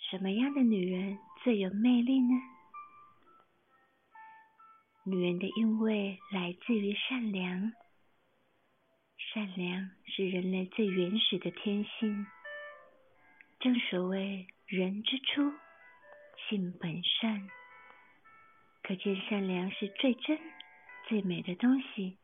什么样的女人最有魅力呢？女人的韵味来自于善良，善良是人类最原始的天性。正所谓人之初，性本善，可见善良是最真、最美的东西。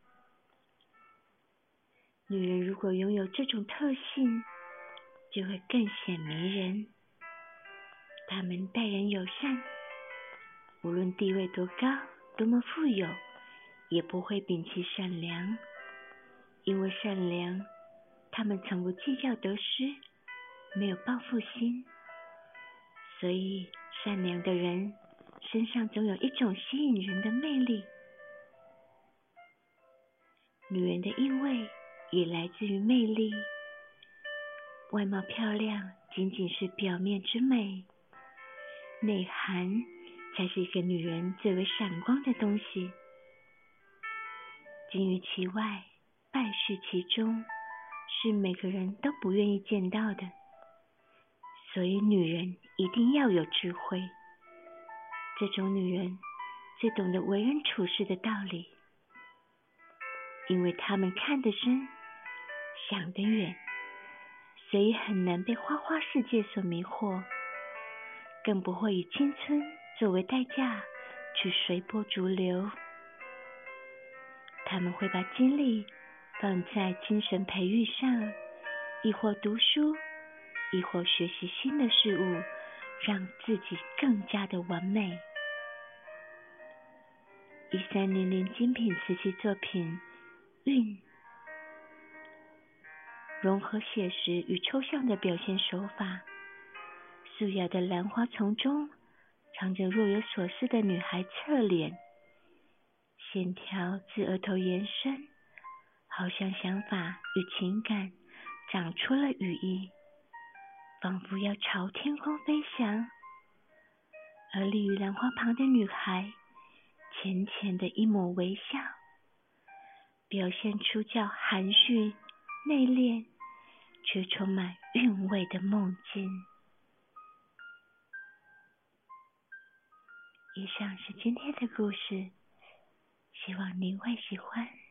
女人如果拥有这种特性，就会更显迷人。她们待人友善，无论地位多高，多么富有，也不会摒弃善良。因为善良，她们从不计较得失，没有报复心。所以善良的人身上总有一种吸引人的魅力。女人的韵味也来自于魅力。外貌漂亮仅仅是表面之美，内涵才是一个女人最为闪光的东西。金于其外，败絮其中，是每个人都不愿意见到的。所以女人一定要有智慧，这种女人最懂得为人处事的道理，因为她们看得深，想得远，所以很难被花花世界所迷惑，更不会以青春作为代价去随波逐流。他们会把精力放在精神培育上，亦或读书，亦或学习新的事物，让自己更加的完美。1300精品瓷器作品韵，融合写实与抽象的表现手法。素雅的兰花丛中，藏着若有所思的女孩侧脸，线条自额头延伸，好像想法与情感长出了羽翼，仿佛要朝天空飞翔。而立于兰花旁的女孩，浅浅的一抹微笑，表现出较含蓄内敛却充满韵味的梦境。以上是今天的故事，希望您会喜欢。